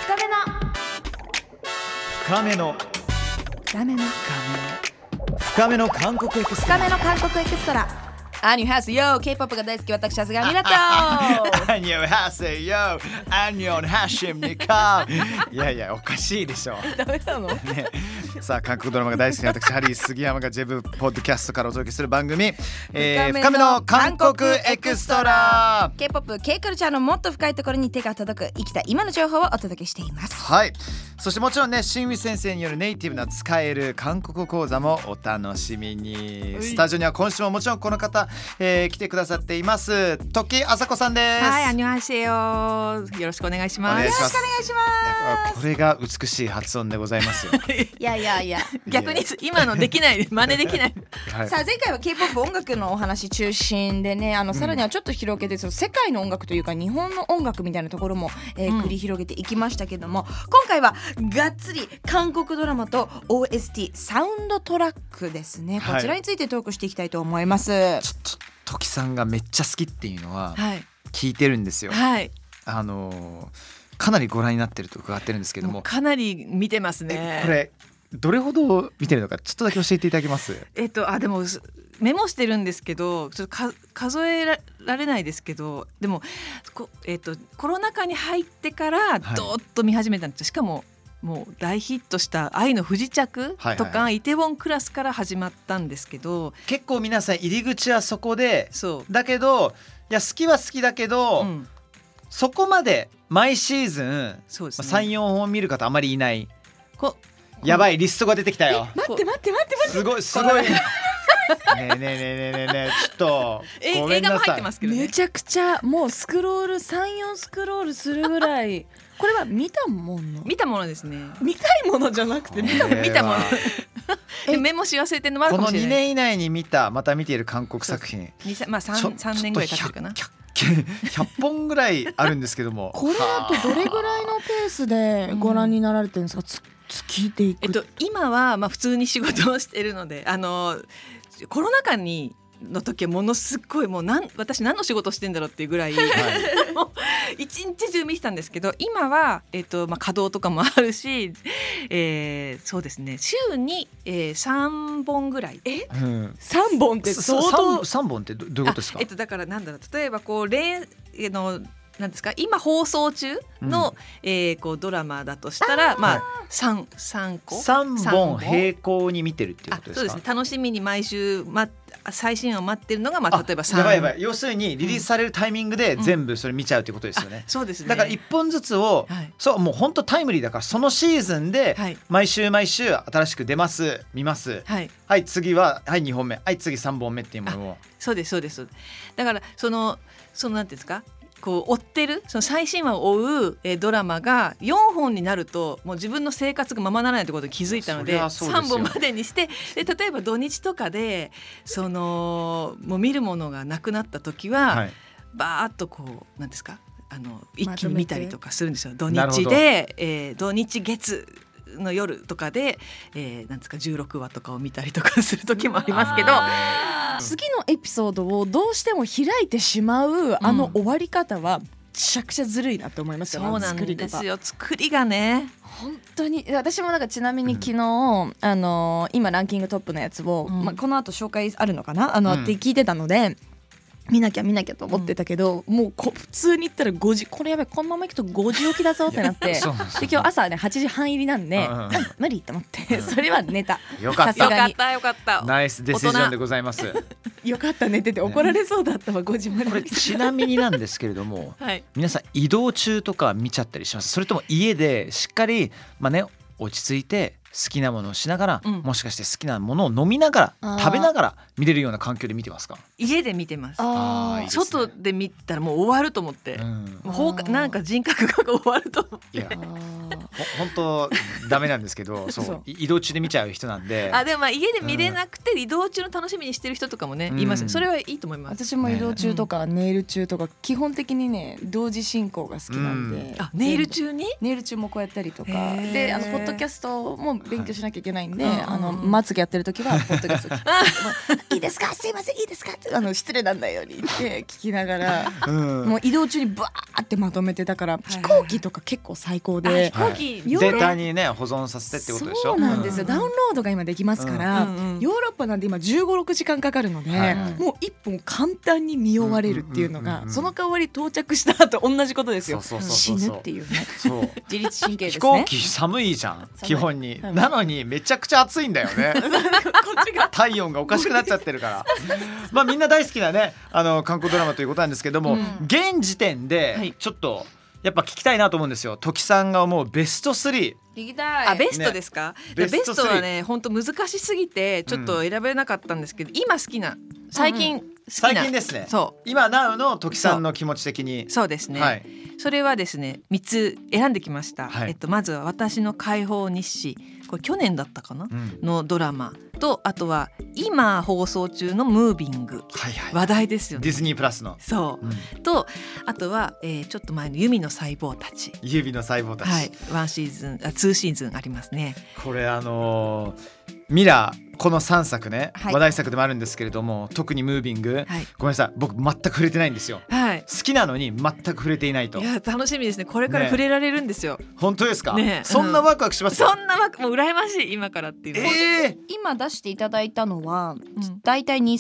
深めの韓国エクストラ。 アニョンハセヨ K-POP が大好き私長谷川ミラとアニョンハセヨアニョンハシムニカいやいやおかしいでしょダメなの、 ね、さあ韓国ドラマが大好きな私ハリー杉山がジェブポッドキャストからお届けする番組、深めの韓国エクストラ。 K-POP、K カルチャーのもっと深いところに手が届く生きた今の情報をお届けしています。 はい、そしてもちろんね新ウィ先生によるネイティブな使える韓国講座もお楽しみに。スタジオには今週ももちろんこの方、来てくださっています時あさこさんです。 はい、アンニョンハセヨ。よろしくお願いします。 よろしくお願いしまこれが美しい発音でございますよいや逆に今のできない真似できない、 はい、 さあ前回は K-POP 音楽のお話中心でねさらにはちょっと広げてその世界の音楽というか日本の音楽みたいなところも、繰り広げていきましたけども、今回はがっつり韓国ドラマと OST サウンドトラックですね。こちらについてトークしていきたいと思います。 ちょっと時さんがめっちゃ好きっていうのは聞いてるんですよ、 はい、 かなりご覧になってると伺ってるんですけども、 かなり見てますね。 これどれほど見てるのかちょっとだけ教えていただけます？ でもメモしてるんですけどちょっと数えられないですけど、でもコロナ禍に入ってからどーっと見始めたんです、しかももう大ヒットした愛の不時着とか、イテウォンクラスから始まったんですけど、 結構皆さん入り口はそこで、 そうだけどいや好きは好きだけど、そこまで毎シーズン、 そうですね、 3,4 本見る方あまりいない。やばいリストが出てきたよ。 待ってすごいねえちょっとごめんなさい。 映画も入ってますけどね。 めちゃくちゃもうスクロール 3,4 スクロールするぐらいこれは見たものですね。 見たいものじゃなくて見たものメモし忘れてるのもあるこの2 かもしれない。 年以内にまた見ている韓国作品 3年ぐらい経ってるかな。 100本ぐらいあるんですけどもこれだとどれぐらいのペースでご覧になられてるんですか？月でいく、 今は普通に仕事をしているので、コロナ禍の時はものすごいもう私何の仕事してんだろうっていうぐらい、もう一日中見てたんですけど、今は、稼働とかもあるし、そうですね、週に、3本ぐらい。 3本って相当。 3本ってどういうことですか？ だから例えばなんですか、今放送中の、ドラマだとしたら3 本並行に見てるっていうことですか？ そうですね、楽しみに毎週、最新話を待ってるのが、例えば3。 やばい要するにリリースされるタイミングで全部それ見ちゃうっていうことですよね、 そうですね。 だから1本ずつを、そうもう本当タイムリーだからそのシーズンで毎週新しく出ます見ます、はい次は2本目、次3本目っていうものを。 そうですだからそのなんていうんですか、追ってるその最新話を追う、ドラマが4本になるともう自分の生活がままならないってことに気づいたので、3本までにして、例えば土日とかでもう見るものがなくなった時は、バーッとなんですか、一気に見たりとかするんですよ。土日で、土日月の夜とかで、なんですか16話とかを見たりとかする時もありますけど、 次のエピソードをどうしても開いてしまう終わり方はめちゃくちゃずるいなと思いますよ。 そうなんですよ、作りがね。 本当に私もちなみに昨日、今ランキングトップのやつを、この後紹介あるのかなって聞いてたので見なきゃと思ってたけど、もう普通に言ったら5時、これやばい、このまま行くと5時起きだぞってなってで今日朝ね8時半入りなんで、無理と思ってそれは寝た。 よかったナイスデシジョンでございます。 よかった寝てて、怒られそうだったわ5時まで。 これちなみになんですけれども、皆さん移動中とか見ちゃったりします？それとも家でしっかり落ち着いて好きなものをしながら、もしかして好きなものを飲みながら食べながら見れるような環境で見てますか？ 家で見てます。 いいですね、 外で見たらもう終わると思って、なんか人格が終わると思って。 本当ダメなんですけどそう移動中で見ちゃう人なんで。 でも家で見れなくて、移動中の楽しみにしてる人とかもね、います。それはいいと思います。 私も移動中とか、ネイル中とか基本的にね同時進行が好きなんで、 ネイル中にネイル中もこうやったりとかで、ポッドキャストも勉強しなきゃいけないんで、まつげやってる時はポッドキャストいいですかすいませんいいですかって失礼なんだように言って聞きながら、もう移動中にバーってまとめて、だから飛行機とか結構最高で、 飛行機データにね保存させてってことでしょ。 そうなんですよ、ダウンロードが今できますから、ヨーロッパなんで今15、16時間かかるので、もう一本簡単に見終われるっていうのが、その代わり到着した後同じことですよ。死ぬっていうね。自律神経ですね。 飛行機寒いじゃん基本に。なのにめちゃくちゃ暑いんだよね。こっちが体温がおかしくなっちゃってるから。まあみんな大好きなね韓国ドラマということなんですけども、現時点でちょっとやっぱ聞きたいなと思うんですよ。トキさんが思うベスト3。 聞きたい。 ベストですか？ベストはね本当難しすぎてちょっと選べなかったんですけど、今好きな最近ですね。そう今ナウのトキさんの気持ち的に。 そうですね、それはですね3つ選んできました、まずは私の解放日誌、これ去年だったかな、のドラマと、あとは今放送中のムービング、話題ですよね、 ディズニープラスの。 そう、とあとは、ちょっと前の弓の細胞たち、 指の細胞たち、 1シーズン2シーズンありますね。 これミラーこの3作ね、話題作でもあるんですけれども、特にムービング、ごめんなさい僕全く触れてないんですよ、好きなのに全く触れていないと。 いや楽しみですね、これから触れられるんですよ、 本当ですか、そんなワクワクしますそんなワクもう羨ましい今からっていうの、 今出していただいたのは、だいたい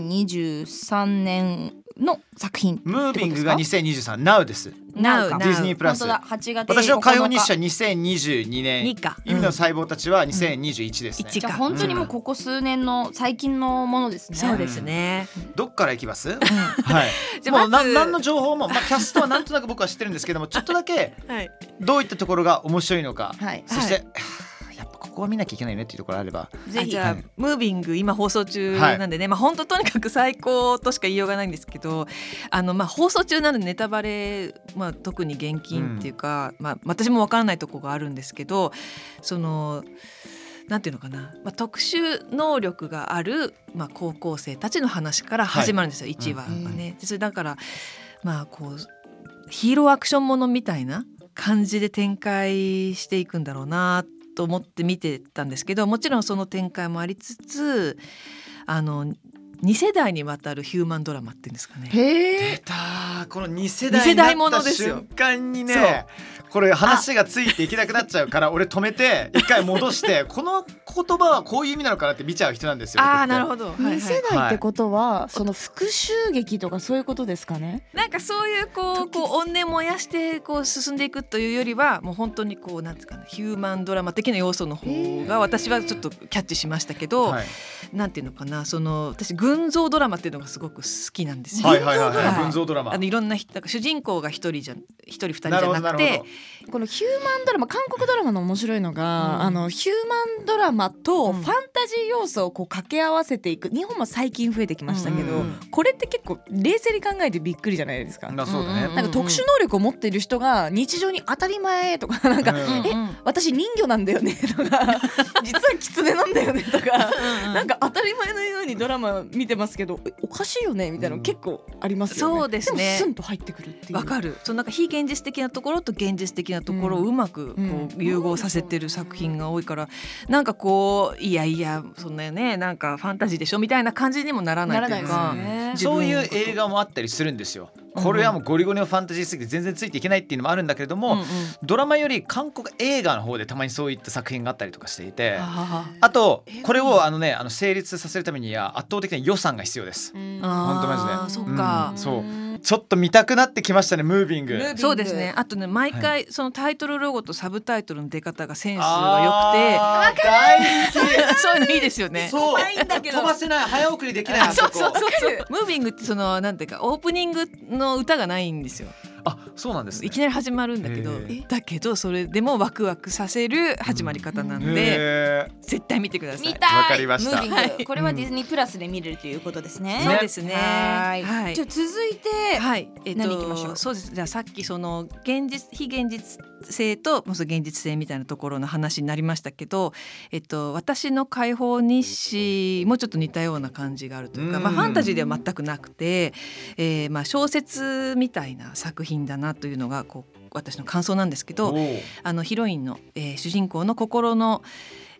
2023年の作品。 ムービングが2023 Now です。 Now ディズニープラス。 本当だ、8月私の解放日誌は2022年、意味の細胞たちは2021ですね、 じゃあ本当にもうここ数年の最近のものですね。 そうですね、 どっからいきます？はい、もう何の情報も、キャストはなんとなく僕は知ってるんですけども、ちょっとだけどういったところが面白いのか、そしてここは見なきゃいけないねっていうところあればぜひ。じゃあ、ムービング今放送中なんでね、本当とにかく最高としか言いようがないんですけど、放送中なのでネタバレ、特に厳禁っていうか、私もわからないところがあるんですけど、そのなんていうのかな、特殊能力がある、高校生たちの話から始まるんですよ、1話はね。それだからこうヒーローアクションものみたいな感じで展開していくんだろうなと思って見てたんですけど、もちろんその展開もありつつ、2世代にわたるヒューマンドラマっていうんですかね。 出た、この2世代になった瞬間にね、これ話がついていけなくなっちゃうから俺止めて一回戻してこの言葉はこういう意味なのかなって見ちゃう人なんですよ。 なるほど。 2世代ってことは、その復讐劇とかそういうことですかね。 なんかそういう怨念燃やして進んでいくというよりは、もう本当になんですかね、ヒューマンドラマ的な要素の方が私はちょっとキャッチしましたけど、なんていうのかな、私群像ドラマっていうのがすごく好きなんですよ。 群像ドラマ、 いろんな主人公が一人2人じゃなくて、 このヒューマンドラマ、韓国ドラマの面白いのが、ヒューマンドラマとファンタジー要素を掛け合わせていく、日本も最近増えてきましたけど、これって結構冷静に考えてびっくりじじゃないですか。 そうだね。 なんか特殊能力を持っている人が日常に当たり前とか、なんか、私人魚なんだよねとか実は狐なんだよねとかなんか当たり前のようにドラマ見てますけど、おかしいよねみたいなの結構ありますよね。 そうですね。 でもスンと入ってくるっていう。 わかる。なんか非現実的なところと現実的なところをうまく融合させてる作品が多いから、なんかいやいやそんなね、なんかファンタジーでしょみたいな感じにもならないというか、 そういう映画もあったりするんですよ。これはもうゴリゴリのファンタジーすぎて全然ついていけないっていうのもあるんだけれども、ドラマより韓国映画の方でたまにそういった作品があったりとかしていて、あとこれを成立させるためには圧倒的な予算が必要です。本当マジで。 そっか。 そうちょっと見たくなってきましたね、ムービング。 そうですね。あとね、毎回そのタイトルロゴとサブタイトルの出方がセンスが良くて、 大好きそういうのいいですよね。 そう飛ばせない、早送りできない。 そうムービングってなんていうかオープニングの歌がないんですよ。 あ、そうなんですね。 いきなり始まるんだけどそれでもワクワクさせる始まり方なんで、絶対見てください。 見たい。 わかりました。 これはディズニープラスで見れるということですね。 そうですね。 はい。じゃあ続いて何いきましょう。 そうです。じゃあさっきその非現実性と現実性みたいなところの話になりましたけど、私の解放日誌もちょっと似たような感じがあるというか、ファンタジーでは全くなくて、小説みたいな作品だなというのが私の感想なんですけど、ヒロインの、主人公の心の、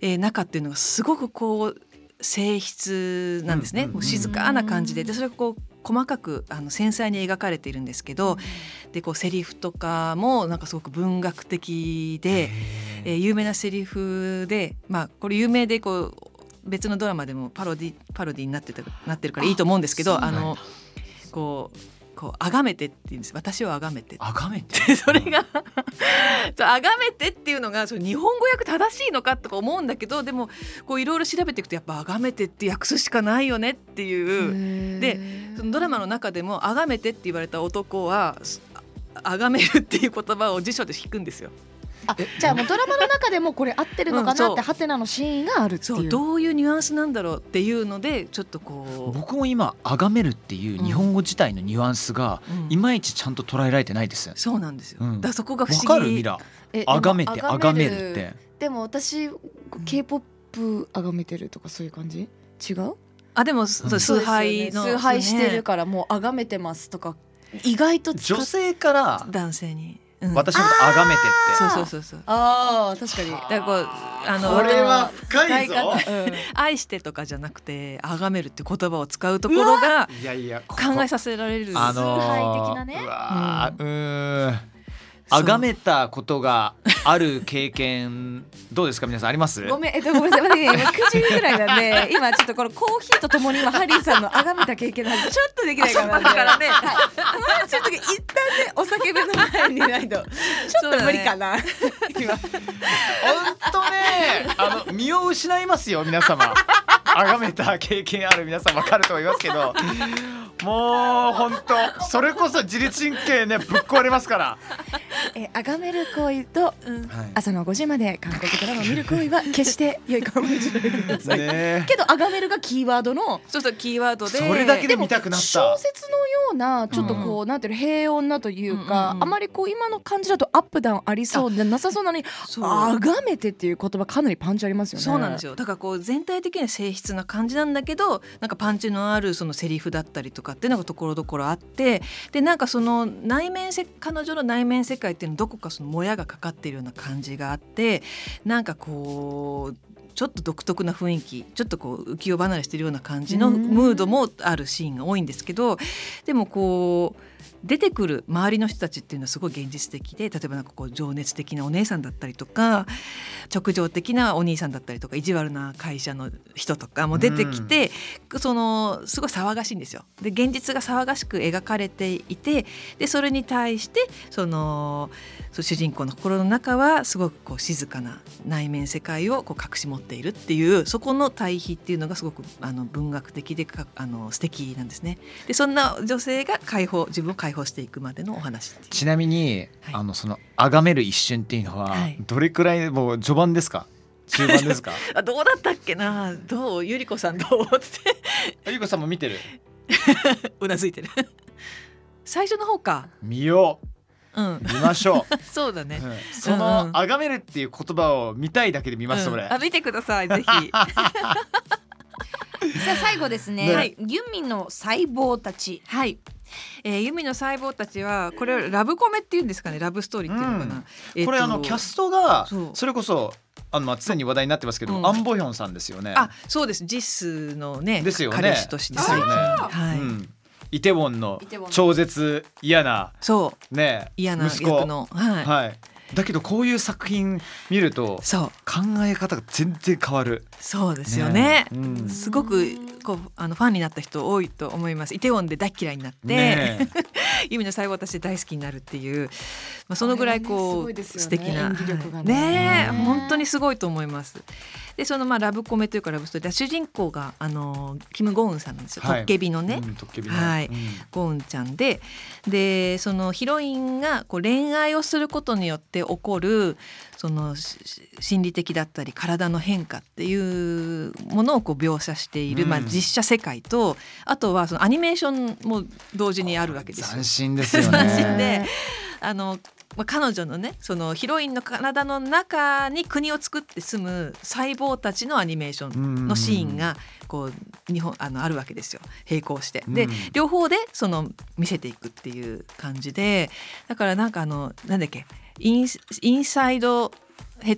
中っていうのがすごくこう静筆なんですね、静かな感じで、それがこう細かく繊細に描かれているんですけど、でこうセリフとかもなんかすごく文学的で、有名なセリフで、これ有名でこう別のドラマでもパロディになってるからいいと思うんですけど、こう崇めてって言うんです。私を崇めて。 崇めてそれが崇めてっていうのがその日本語訳正しいのかとか思うんだけど、でもこういろいろ調べていくとやっぱ崇めてって訳すしかないよねっていう。でそのドラマの中でも崇めてって言われた男は崇めるっていう言葉を辞書で引くんですよ。 じゃあもうドラマの中でもこれ合ってるのかなってハテナのシーンがあるっていう、 どういうニュアンスなんだろうっていうのでちょっとこう僕も今崇めるっていう日本語自体のニュアンスがいまいちちゃんと捉えられてないです。 そうなんですよ、だからそこが不思議。 わかるミラ崇めて崇めるって。 でも私 K-POP 崇めてるとかそういう感じ違う？ でも崇拝の、 崇拝してるからもう崇めてますとか意外と女性から男性に私のこと崇めてって。 そう。 確かに。 だからこれは深いぞ。 愛してとかじゃなくて崇めるって言葉を使うところが考えさせられる。 崇拝的なね。 崇めたことがある経験どうですか皆さん、あります？ ごめんなさい、今9時ぐらいなんで今ちょっとこのコーヒーとともに今ハリーさんの崇めた経験の話ちょっとできないかな。 だからね、 そういう時一旦ねお酒目の前にないとちょっと無理かな。今本当ね身を失いますよ皆様。崇めた経験ある皆さん分かると思いますけど、もう本当それこそ自律神経ねぶっ壊れますから。 崇める行為と、朝の5時まで韓国ドラマ見る行為は決して良いかもしれないください、けど崇めるがキーワードのキーワードでそれだけで見たくなった。 小説のようなちょっとこう、なんていうの平穏なというか、あまりこう今の感じだとアップダウンありそうでなさそうなのに崇めてっていう言葉かなりパンチありますよね。 そうなんですよ。だからこう全体的には静筆な感じなんだけど、なんかパンチのあるそのセリフだったりとかっていうのがところどころあって、でなんかその彼女の内面世界っていうのはどこかそのもやがかかっているような感じがあって、なんかこうちょっと独特な雰囲気、ちょっとこう浮世離れしているような感じのムードもあるシーンが多いんですけど、でもこう出てくる周りの人たちっていうのはすごい現実的で、例えばなんかこう情熱的なお姉さんだったりとか直情的なお兄さんだったりとか意地悪な会社の人とかも出てきて、そのすごい騒がしいんですよ。で現実が騒がしく描かれていて、でそれに対してその主人公の心の中はすごくこう静かな内面世界をこう隠し持っているっていう、そこの対比っていうのがすごく文学的で素敵なんですね。でそんな女性が自分を解放していくまでのお話。 ちなみに、その崇める一瞬っていうのは、どれくらいもう序盤ですか中盤ですか？ どうだったっけな。どうゆりこさんどうってゆりこさんも見てるうなずいてる最初の方か。 見よう、見ましょうそうだね、 その崇めるっていう言葉を見たいだけで見ます、それ。 見てくださいぜひさあ最後ですね、ユミの細胞たち。 ユミの細胞たちはこれラブコメっていうんですかね、ラブストーリーっていうのかな、 これキャストがそれこそ常に話題になってますけど、アン・ボヒョンさんですよね。 そうです、ジスのねですよね、 彼氏として最近、 イテウォンの超絶嫌な嫌な役の、 だけどこういう作品見ると考え方が全然変わる。 そうですよね、すごくこうファンになった人多いと思います。イテウォンで大嫌いになって、ユミの細胞たちで大好きになるっていう、そのぐらいこう素敵な演技力が本当にすごいと思います。でそのラブコメというかラブストーリーで、主人公がキム・ゴウンさんなんですよ、トッケビのね、ゴウンちゃんで、そのヒロインがこう恋愛をすることによって起こるその心理的だったり体の変化っていうものをこう描写している、実写世界と、あとはそのアニメーションも同時にあるわけですよ。 斬新ですよね。 斬新で彼女のね、そのヒロインの体の中に国を作って住む細胞たちのアニメーションのシーンがこうあるわけですよ、並行して。で両方でその見せていくっていう感じで、だからなんかなんだっけインサイドヘッド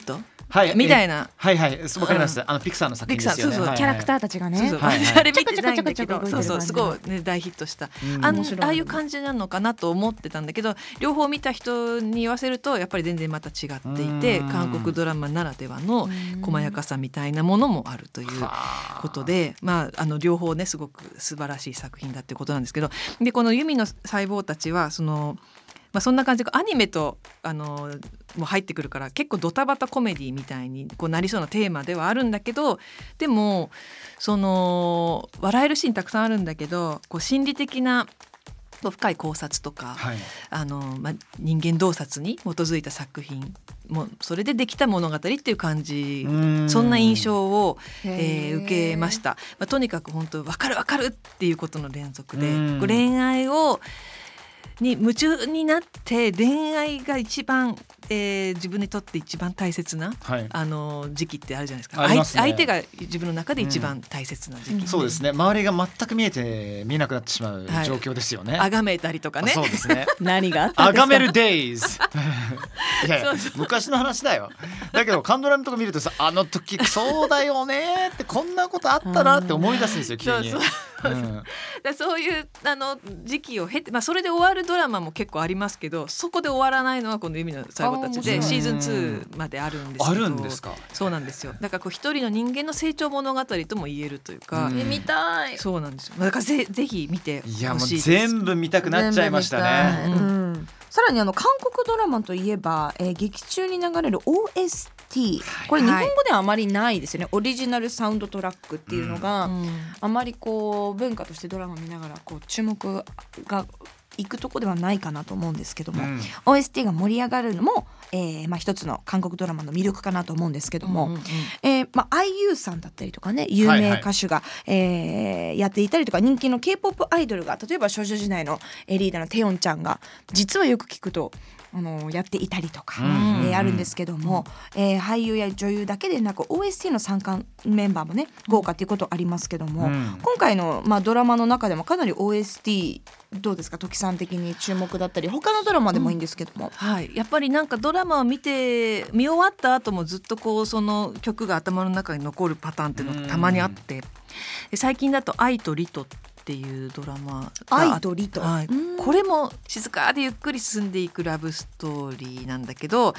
みたいな、 はいはい、わかります。ピクサーの作品ですよね。 そうそう、キャラクターたちがね、 あれ見てないんだけど、そうすごいね大ヒットした。ああいう感じなのかなと思ってたんだけど、両方見た人に言わせるとやっぱり全然また違っていて、韓国ドラマならではの細やかさみたいなものもあるということで、両方ねすごく素晴らしい作品だってことなんですけど、でこのユミの細胞たちはそんな感じでアニメともう入ってくるから結構ドタバタコメディみたいになりそうなテーマではあるんだけど、でも笑えるシーンたくさんあるんだけど、心理的な深い考察とか、人間洞察に基づいた作品もそれでできた物語っていう感じ、そんな印象を、受けました。とにかく本当分かる分かるっていうことの連続で、恋愛に夢中になって恋愛が一番、自分にとって一番大切な、時期ってあるじゃないですか。相手が自分の中で一番大切な時期、 そうですね。周りが全く見えなくなってしまう状況ですよね。 崇めたりとかね。 そうですね。 何があったんですか。 崇めるデイズいや昔の話だよ。だけどカンドラムとか見るとさ、あの時そうだよねってこんなことあったなって思い出すんですよ急に。 そういう時期を経て、それで終わるドラマも結構ありますけど、そこで終わらないのはこのユミの細胞たちでシーズン2まであるんですけど。 あるんですか。 そうなんですよ。だから一人の人間の成長物語とも言えるというか、 見たい。 そうなんですよ。だからぜひ見てほしいです。 いやもう全部見たくなっちゃいましたね。 さらに韓国ドラマといえば、劇中に流れる OST、これ日本語ではあまりないですよね。オリジナルサウンドトラックっていうのが、あまり文化としてドラマ見ながら注目がいくとこではないかなと思うんですけども、OST が盛り上がるのも、一つの韓国ドラマの魅力かなと思うんですけども、IU さんだったりとかね、有名歌手が、やっていたりとか、人気の K-POP アイドルが、例えば少女時代のリーダーのテヨンちゃんが実はよく聞くとやっていたりとか、あるんですけども、俳優や女優だけでなく OST の参加メンバーもね豪華っていうことありますけども、今回の、ドラマの中でもかなり OST どうですか、時さん的に注目だったり、他のドラマでもいいんですけども、 やっぱりなんかドラマを見終わった後もずっとその曲が頭の中に残るパターンっていうのがたまにあって、最近だと愛とリトっていうドラマが愛とリト、 これも静かでゆっくり進んでいくラブストーリーなんだけど、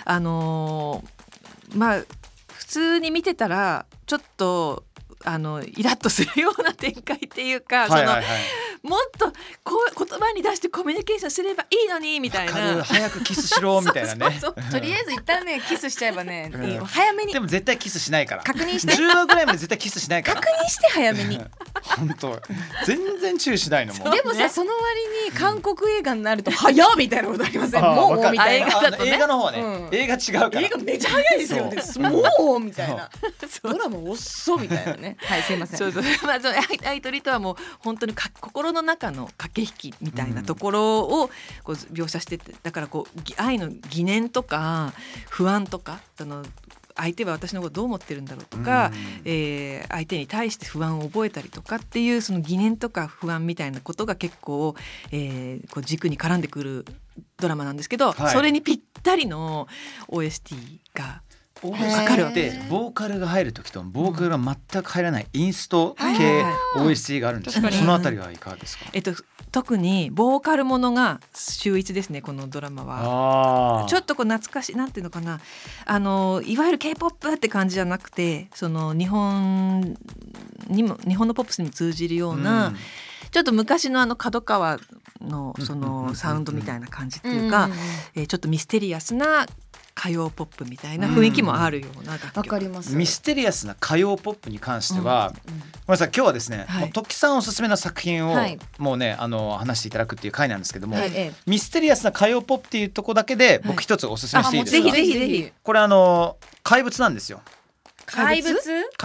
普通に見てたらちょっとイラッとするような展開っていうか、もっと言葉に出してコミュニケーションすればいいのにみたいな、 早くキスしろみたいなね。 とりあえず一旦ねキスしちゃえばね、早めに。 でも絶対キスしないから、 確認して 10話ぐらいまで絶対キスしないから確認して早めに本当全然注意しないのも。 でもさ、その割に韓国映画になると早っみたいなことありません？もうみたいな。 映画の方はね、映画違うから。 映画めちゃ早いですよね。もうみたいな。ドラマ遅っみたいなね。はい、すいません。 愛とリトはもう本当に心の中の駆け引きみたいなところを描写してて、だから愛の疑念とか不安とか、相手は私のことどう思ってるんだろうとか、相手に対して不安を覚えたりとかっていうその疑念とか不安みたいなことが結構、軸に絡んでくるドラマなんですけど、それにぴったりの OST がかかるわけで、 ボーカルが入る時とボーカルが全く入らないインスト系 OST があるんですけど、そのあたりはいかがですか？ 特にボーカルものが秀逸ですね、このドラマは。ちょっと懐かしい、なんていうのかな、いわゆる K-POP って感じじゃなくて、その日本のポップスにも通じるような、ちょっと昔の角川のそのサウンドみたいな感じっていうか、ちょっとミステリアスな歌謡ポップみたいな雰囲気もあるような楽曲。 わかります。 ミステリアスな歌謡ポップに関しては、ごめんなさい、今日はですね、もう時さんおすすめの作品をもうね、話していただくっていう回なんですけども、ミステリアスな歌謡ポップっていうところだけで僕一つおすすめしていいですか？ ぜひぜひ。 これ怪物なんですよ。 怪物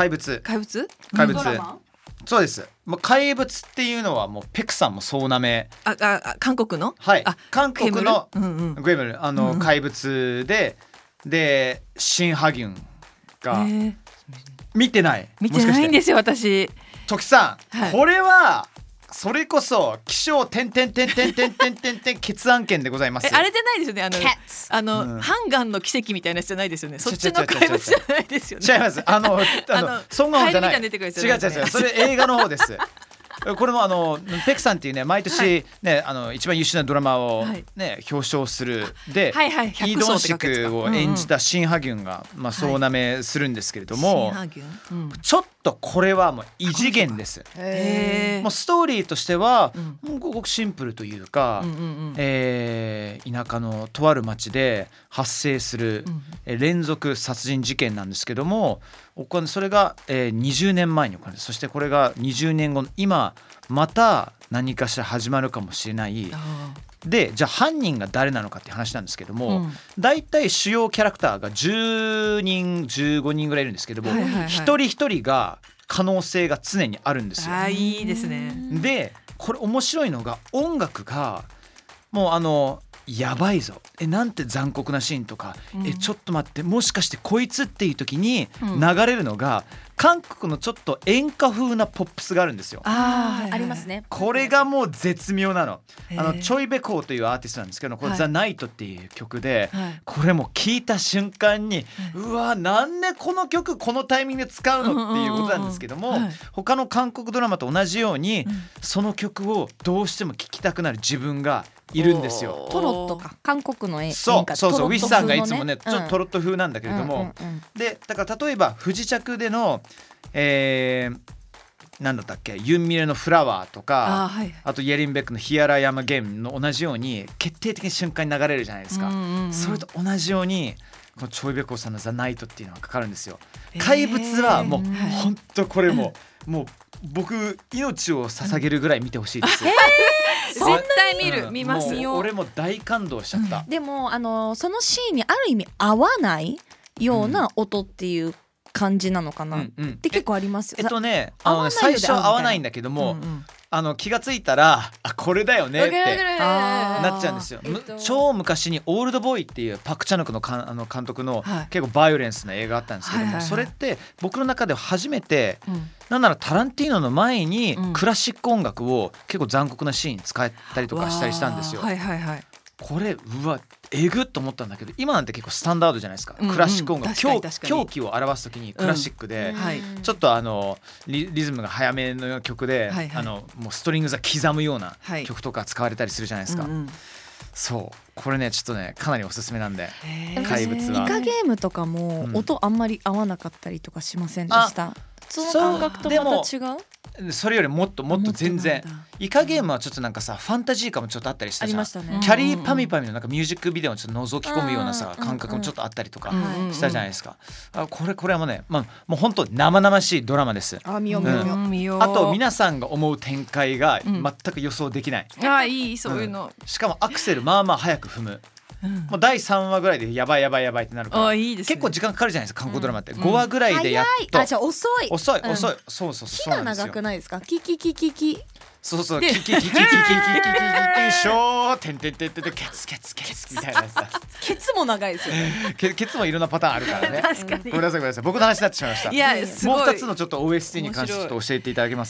そうです。怪物っていうのはもうペクさんもそうなめ、 韓国の、 韓国のグエムル、怪物でシン・ハギュンが見てないんですよ私。 時さん、これはそれこそ気象点点点点点点点点決案件でございます。 あれじゃないですよね。ハンガンの奇跡みたいなやつじゃないですよね。そっちの怪物じゃないですよね。 違います。ソン・ガンじゃない。違う違うそれ映画の方です。これもペクさんっていうね毎年ね、一番優秀なドラマをね、表彰するで、イ・ドンシクを演じたシン・ハギュンが総なめするんですけれども、ちょっとこれはもう異次元です。もうストーリーとしてはごくシンプルというか、田舎のとある町で発生する連続殺人事件なんですけども、それが20年前に起こる。そしてこれが20年後の今また何かしら始まるかもしれない。でじゃあ犯人が誰なのかっていう話なんですけども、だいたい主要キャラクターが10人15人ぐらいいるんですけども、一人一人が可能性が常にあるんですよ。 いいですね。 でこれ面白いのが音楽がもうやばいぞ、なんて残酷なシーンとか、ちょっと待って、もしかしてこいつっていう時に流れるのが、韓国のちょっと演歌風なポップスがあるんですよ。 ありますね。 これがもう絶妙なの。チョイ・ベコーというアーティストなんですけど、これザ・ナイトっていう曲で、これも聴いた瞬間に、うわなんでこの曲このタイミングで使うのっていうことなんですけども、他の韓国ドラマと同じように、その曲をどうしても聴きたくなる自分がいるんですよ。 トロットか、韓国の演歌。 そうウィッさんがいつもね、ちょっとトロット風なんだけれども、でだから例えば不時着でのなんだったっけ、ユンミレのフラワーとか、あとイェリンベックのヒアラヤマゲームの同じように決定的に瞬間に流れるじゃないですか。それと同じようにこのチョイ・ベコーさんのザ・ナイトっていうのがかかるんですよ。怪物はもう本当これもう僕命を捧げるぐらい見てほしいです。 絶対見ますよ。 俺も大感動しちゃった。 でもそのシーンにある意味合わないような音っていう感じなのかなって結構ありますよ。 最初は合わないんだけども、気がついたらこれだよねってなっちゃうんですよ。超昔にオールドボーイっていうパク・チャヌクの監督の結構バイオレンスな映画あったんですけども、それって僕の中では初めて、なんならタランティーノの前にクラシック音楽を結構残酷なシーン使ったりとかしたりしたんですよ。これえぐっと思ったんだけど、今なんて結構スタンダードじゃないですか、クラシック音楽。狂気を表す時にクラシックで、ちょっとリズムが速めの曲で、もうストリングスが刻むような曲とか使われたりするじゃないですか。そうこれねちょっとねかなりおすすめなんで、怪物は。 イカゲームとかも音あんまり合わなかったりとかしませんでした？その感覚とまた違う？ それよりもっと全然イカゲームはちょっとなんかさファンタジー感もちょっとあったりしたじゃん。キャリーパミパミのなんかミュージックビデオをちょっと覗き込むようなさ感覚もちょっとあったりとかしたじゃないですか。これはもうね、もう本当生々しいドラマです。 見よう。 あと皆さんが思う展開が全く予想できない。 いいそういうの。 しかもアクセルまあまあ早く踏む。もう第3話ぐらいでやばいってなるから、結構時間かかるじゃないですか韓国ドラマって。5話ぐらいでやっと。 じゃあ遅い。 そう火が長くないですか？キキキキキ。 そうキキキキキキキキキキキショーテンテンテンテンケツケツみたいなさ。 ケツも長いですよね。 ケツもいろんなパターンあるからね。 確かに。 ごめんなさい僕の話になってしまいました。 いやすごい。 もう2つのちょっと OST に関してちょっと教えていただけます？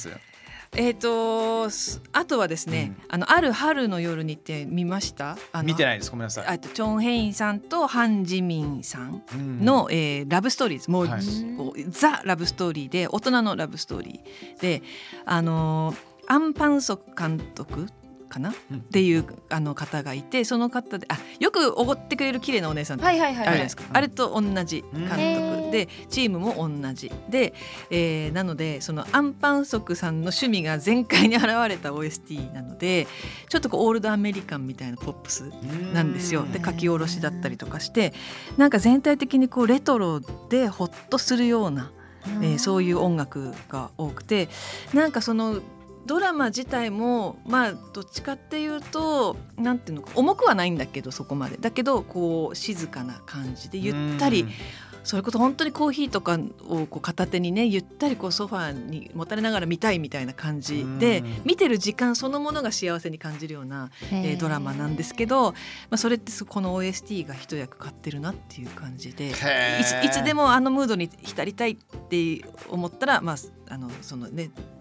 あとはですね、ある春の夜にって見ました？ 見てないです、ごめんなさい。 チョン・ヘインさんとハン・ジミンさんの、ラブストーリーです。もう、ザ・ラブストーリーで、大人のラブストーリーで、アン・パンソク監督かな、っていう方がいて、その方でよくおごってくれる綺麗なお姉さんってあるじゃないですか。あれと同じ監督で、チームも同じで、なのでそのアン・パンソクさんの趣味が全開に現れた OST なので、ちょっとオールドアメリカンみたいなポップスなんですよ。で書き下ろしだったりとかして、なんか全体的にレトロでホッとするような、そういう音楽が多くて、なんかそのドラマ自体もどっちかっていうとなんていうのか重くはないんだけど、そこまでだけど静かな感じでゆったり、それこそ本当にコーヒーとかを片手にねゆったりソファーにもたれながら見たいみたいな感じで、見てる時間そのものが幸せに感じるような、ドラマなんですけど、それってこの OST が一役買ってるなっていう感じで、いつでもムードに浸りたいって思ったら、そのね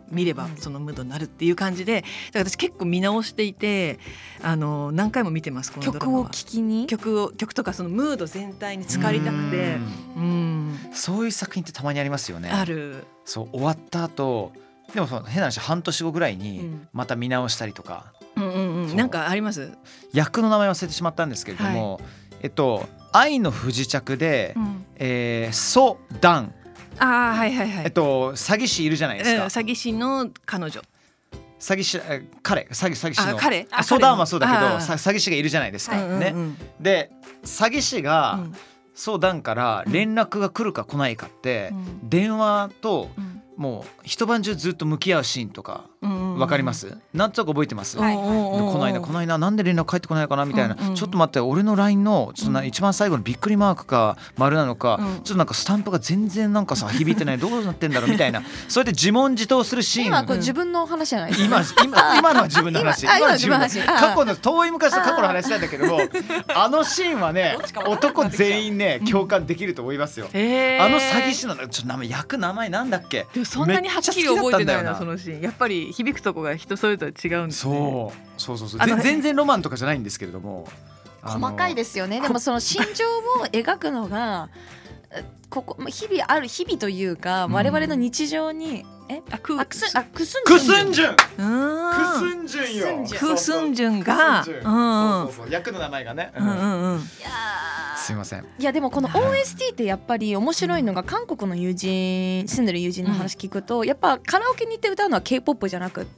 見ればそのムードになるっていう感じで、だから私結構見直していて何回も見てます。このドラマは曲を聴きに曲とかそのムード全体に浸かりたくて、 そういう作品ってたまにありますよね。 ある。 そう終わった後でもその変な話半年後ぐらいにまた見直したりとか、 なんかあります？ 役の名前忘れてしまったんですけれども、愛の不時着で、ソダン、詐欺師いるじゃないですか。 詐欺師の彼女、 詐欺師彼詐欺師の彼ソダンはそうだけど詐欺師がいるじゃないですか、ね。で詐欺師が、ソダンから連絡が来るか来ないかって、電話ともう一晩中ずっと向き合うシーンとかわかります？なんとなく覚えてます？こないななんで連絡返ってこないかなみたいな、ちょっと待って俺の LINE のちょっと一番最後のびっくりマークか丸なのか、ちょっとなんかスタンプが全然なんかさ響いてないどうなってんだろうみたいなそうやって自問自答するシーン。 今これ自分の話じゃないですか？今のは自分の話。過去の遠い昔の過去の話なんだけどもあのシーンはね男全員ね共感できると思いますよ。あの詐欺師のちょっと役名前なんだっけ？ そんなにはっきり覚えてないなそのシーン。やっぱり響くとこが人それぞれ違うんですね。 そう全然ロマンとかじゃないんですけれども細かいですよね。でもその心情を描くのが日々というか我々の日常にクスンジュンが役の名前がね。すいません。 いやでもこの OST ってやっぱり面白いのが、韓国の友人住んでる友人の話聞くと、やっぱカラオケに行って歌うのは K-POP じゃなくって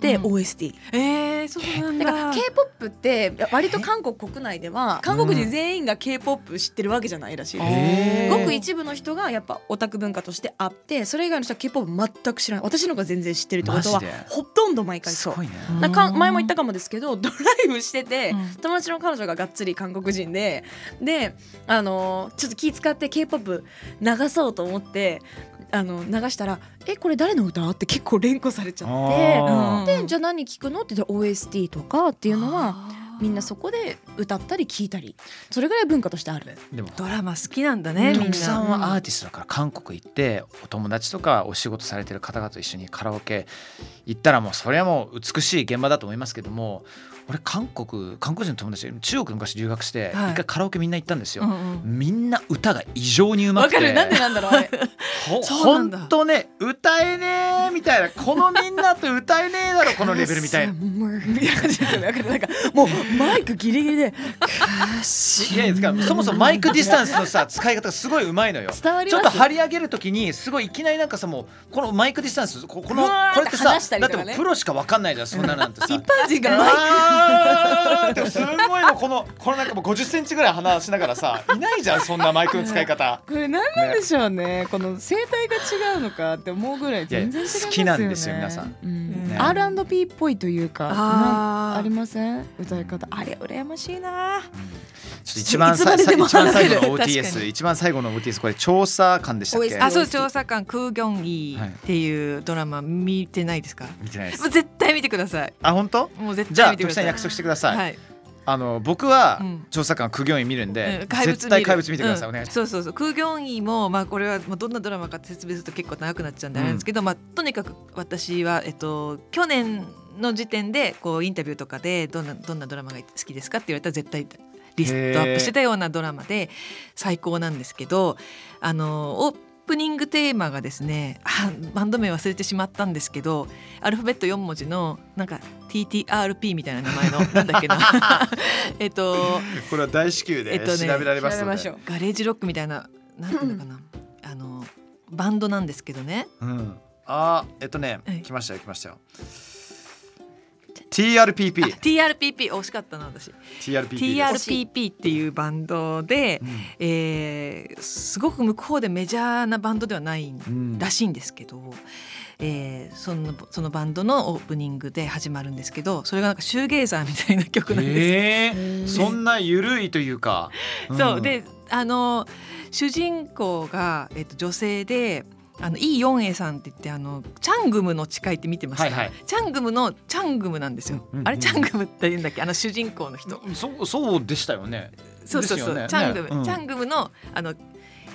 、OST。 そうなんだ。 だから K-POP って割と韓国国内では韓国人全員が K-POP 知ってるわけじゃないらしいです。ごく一部の人がやっぱオタク文化としてあって、それ以外の人は K-POP 全く知らない。私の方が全然知ってるってことはほとんど毎回そう。前も言ったかもですけど、ドライブしてて友達の彼女ががっつり韓国人でちょっと気使って K-POP 流そうと思って流したらこれ誰の歌って結構連呼されちゃって、でじゃあ何聞くのって言ったら OST とかっていうのはみんなそこで歌ったり聴いたり、それぐらい文化としてある。 でもドラマ好きなんだねみんな。 徳さんはアーティストだから韓国行ってお友達とかお仕事されてる方々と一緒にカラオケ行ったらもうそれはもう美しい現場だと思いますけども、俺韓国人の友達中国昔留学して一回カラオケみんな行ったんですよ。みんな歌が異常にうまくて、 わかる。なんでなんだろうあれほんとね歌えねえみたいな、このみんなと歌えねえだろこのレベルみたいななんかもうマイクギリギリでいやそもそもマイクディスタンスのさ使い方がすごいうまいのよ。 伝わります。 ちょっと張り上げるときにすごいいきなりなんかさ、もうこのマイクディスタンスこれってさ、だってプロしか分かんないじゃんそんななんてさ。 一般人がマイクすごいのこのなんかもう50センチぐらい離しながらさいないじゃんそんなマイクの使い方。 これ何なんでしょうね、この声帯が違うのかって思うぐらい全然違いますよね。 好きなんですよ皆さん、 R&B っぽいというかありません？歌い方あれ羨ましいな。 ちょっと一番最後の OTS 一番最後の OTS これ調査官でしたっけ？ そう調査官クーギョンイっていうドラマ見てないですか？ 見てないです。 もう絶対見てください。 本当？ もう絶じゃあ対見てください。 徳さん約束してください。 はい。 僕は調査官クーギョンイ見るんで、絶対怪物見てください。お願いします。 そうクーギョンイもこれはどんなドラマかって説明すると結構長くなっちゃうんであれなんですけど、とにかく私は去年の時点でこうインタビューとかでどんなドラマが好きですかって言われたら絶対リストアップしてたようなドラマで最高なんですけど、オープニングテーマがですね、バンド名忘れてしまったんですけど、アルファベット4文字のなんか TTRP みたいな名前のなんだっけなこれは大至急で調べられますので、 ガレージロックみたいな、なんていうのかな、バンドなんですけどね、来ましたよTRPP 惜しかったな私。 TRPP っていうバンドで、すごく向こうでメジャーなバンドではないらしいんですけど、そのバンドのオープニングで始まるんですけど、それがなんかシューゲイザーみたいな曲なんです。 そんな緩いというか、 そうで主人公が、女性でイ・ヨンエさんって言ってチャングムの誓いって見てました、チャングムのチャングムなんですよ、あれチャングムって言うんだっけ、主人公の人。 そうでしたよね。 そう、チャングムの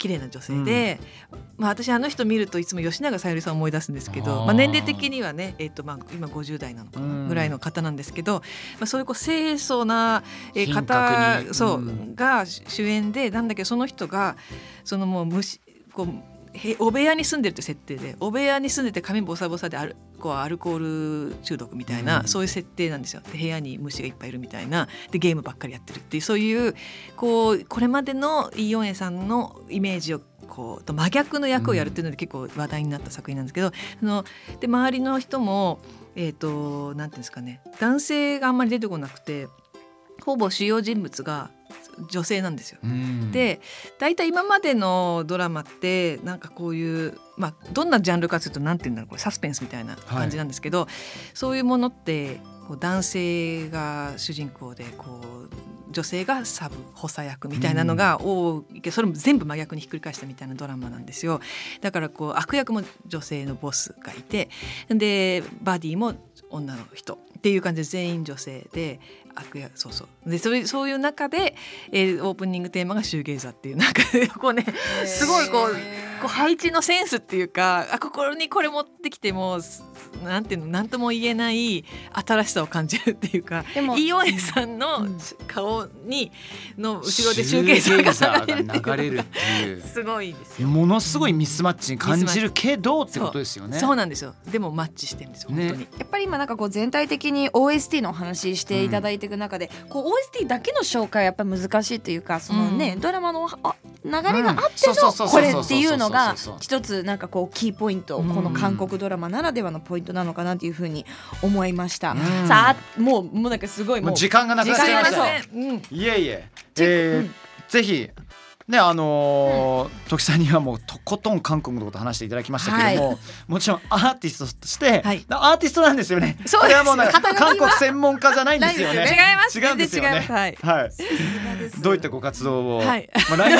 綺麗な女性で、私あの人見るといつも吉永小百合さんを思い出すんですけど、年齢的にはね、今50代なのかなぐらいの方なんですけど、そういう清楚な方が主演で、なんだけどその人がもうお部屋に住んでるって設定で、お部屋に住んでて髪ボサボサでアルコール中毒みたいな、そういう設定なんですよ。で部屋に虫がいっぱいいるみたいな、でゲームばっかりやってるっていう、そういうこれまでのイ・ヨンエさんのイメージをと真逆の役をやるっていうので結構話題になった作品なんですけど、で周りの人もなんていうんですかね、男性があんまり出てこなくて、ほぼ主要人物が女性なんですよ。で大体今までのドラマってなんかこういう、どんなジャンルかというとなんていうんだろう、これサスペンスみたいな感じなんですけど、そういうものって男性が主人公で女性がサブ補佐役みたいなのが多いけど、それも全部真逆にひっくり返したみたいなドラマなんですよ。だから悪役も女性のボスがいて、でバディも女の人っていう感じで全員女性で、悪役でそういう中で、オープニングテーマがシューゲイザーっていう、なんかすごい配置のセンスっていうか、心にこれ持ってきてもなんていうの、なんとも言えない新しさを感じるっていうか、イ・ヨンエさんの顔の後ろでシューゲイザーが流れるっていうすごいですよ。 ものすごいミスマッチに感じるけどってことですよね。 そうなんですよ。でもマッチしてるんですよ、本当に。 やっぱり今なんか全体的に OST のお話していただいていく中で、OST だけの紹介はやっぱり難しいというか、ドラマの流れがあってのこれっていうのが一つなんかキーポイント、この韓国ドラマならではのポイントなのかなというふうに思いました。さあもうなんかすごいもう時間がなくなっちゃいました。いえいえ、ぜひね、時さんにはもうとことん韓国のこと話していただきましたけども、もちろんアーティストとして、アーティストなんですよね。これはもうなんか韓国専門家じゃないんですよね。 違います。 違うんですよね。はい。どういったご活動を、来年が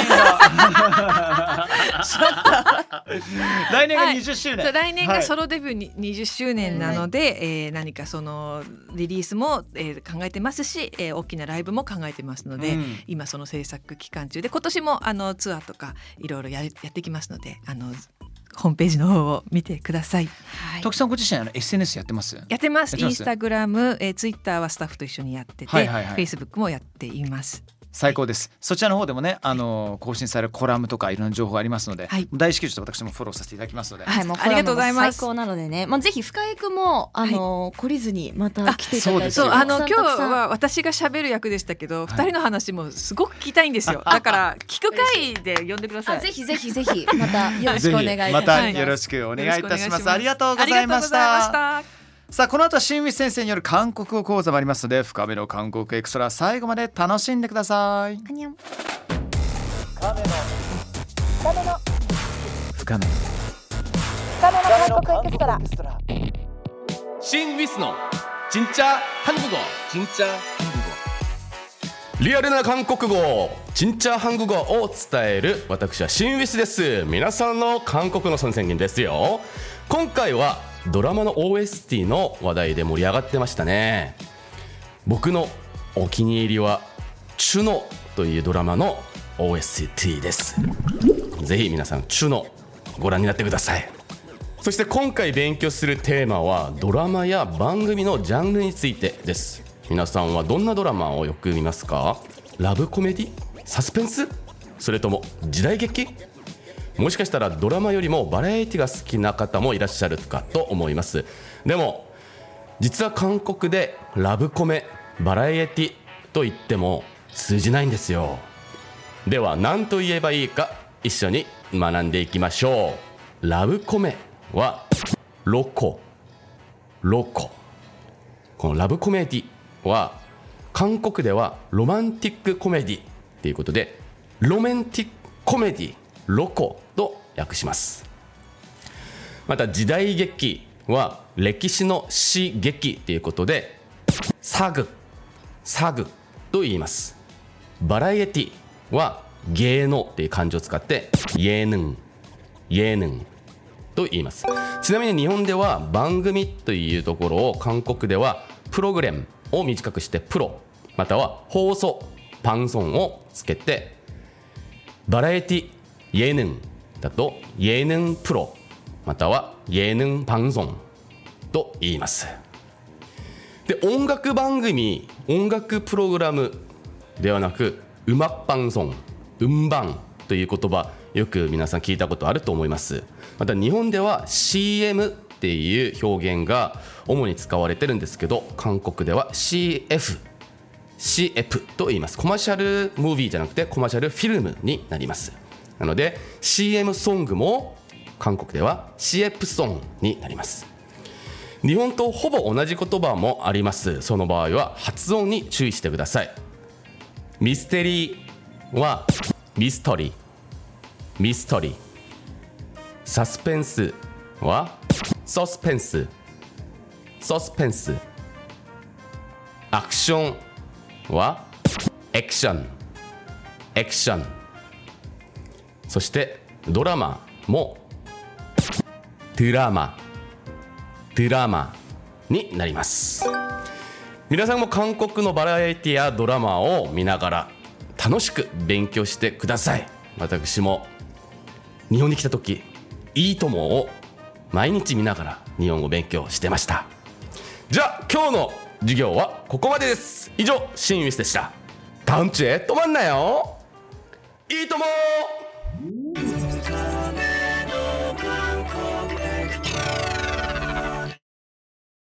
来年が20周年。 来年がソロデビュー20周年なので、何かリリースも考えてますし、大きなライブも考えてますので、今その制作期間中で、今年もツアーとかいろいろやってきますので、ホームページの方を見てください。 徳さんご自身SNS やってます？ やってます。インスタグラム、ツイッターはスタッフと一緒にやってて、フェイスブックもやっています。 最高です。そちらの方でもね、更新されるコラムとかいろんな情報がありますので、大至急ちょっと私もフォローさせていただきますので、 もうありがとうございます。最高なのでね、ぜひ深井くんも懲りずにまた来ていただいて、 今日は私が喋る役でしたけど、2人の話もすごく聞きたいんですよ。だから聞く会で呼んでください。 ぜひぜひぜひまたよろしくお願いいたします。 またよろしくお願いいたします。ありがとうございました。さあこの後は新ウィス先生による韓国語講座もありますので、深めの韓国エクストラ最後まで楽しんでください。 深めの韓国エクストラ。 新ウィスの진짜 한국어 진짜 한국어リアルな韓国語진짜 한국어を伝える私は新ウィスです。皆さんの韓国の선생님ですよ。今回はドラマの OST の話題で盛り上がってましたね。僕のお気に入りはチュノというドラマの OST です。ぜひ皆さんチュノご覧になってください。そして今回勉強するテーマはドラマや番組のジャンルについてです。皆さんはどんなドラマをよく見ますか？ラブコメディ？サスペンス？それとも時代劇？もしかしたらドラマよりもバラエティが好きな方もいらっしゃるかと思います。でも実は韓国でラブコメ、バラエティと言っても通じないんですよ。では何と言えばいいか一緒に学んでいきましょう。ラブコメはロコ。このラブコメディは韓国ではロマンティックコメディということで、ロマンティックコメディロコと訳します。また時代劇は歴史の史劇ということでサグと言います。バラエティは芸能という漢字を使って예능と言います。ちなみに日本では番組というところを韓国ではプログラムを短くしてプロ、または放送방송をつけてバラエティ 예능だと예능プロまたは예능 방송と言います。で、音楽番組、音楽プログラムではなく음악방송、음방という言葉よく皆さん聞いたことあると思います。また日本では CM っていう表現が主に使われてるんですけど、韓国では CF と言います。コマーシャルムービーじゃなくてコマーシャルフィルムになります。なので CM ソングも韓国では CF ソングになります。日本とほぼ同じ言葉もあります。その場合は発音に注意してください。ミステリーはミストリー、サスペンスはソスペンス、アクションはエクション、そしてドラマもドラマになります。皆さんも韓国のバラエティやドラマを見ながら楽しく勉強してください。私も日本に来た時、いいともを毎日見ながら日本語勉強してました。じゃあ今日の授業はここまでです。以上、シンウィスでした。다음주에 또 만나요. 이とも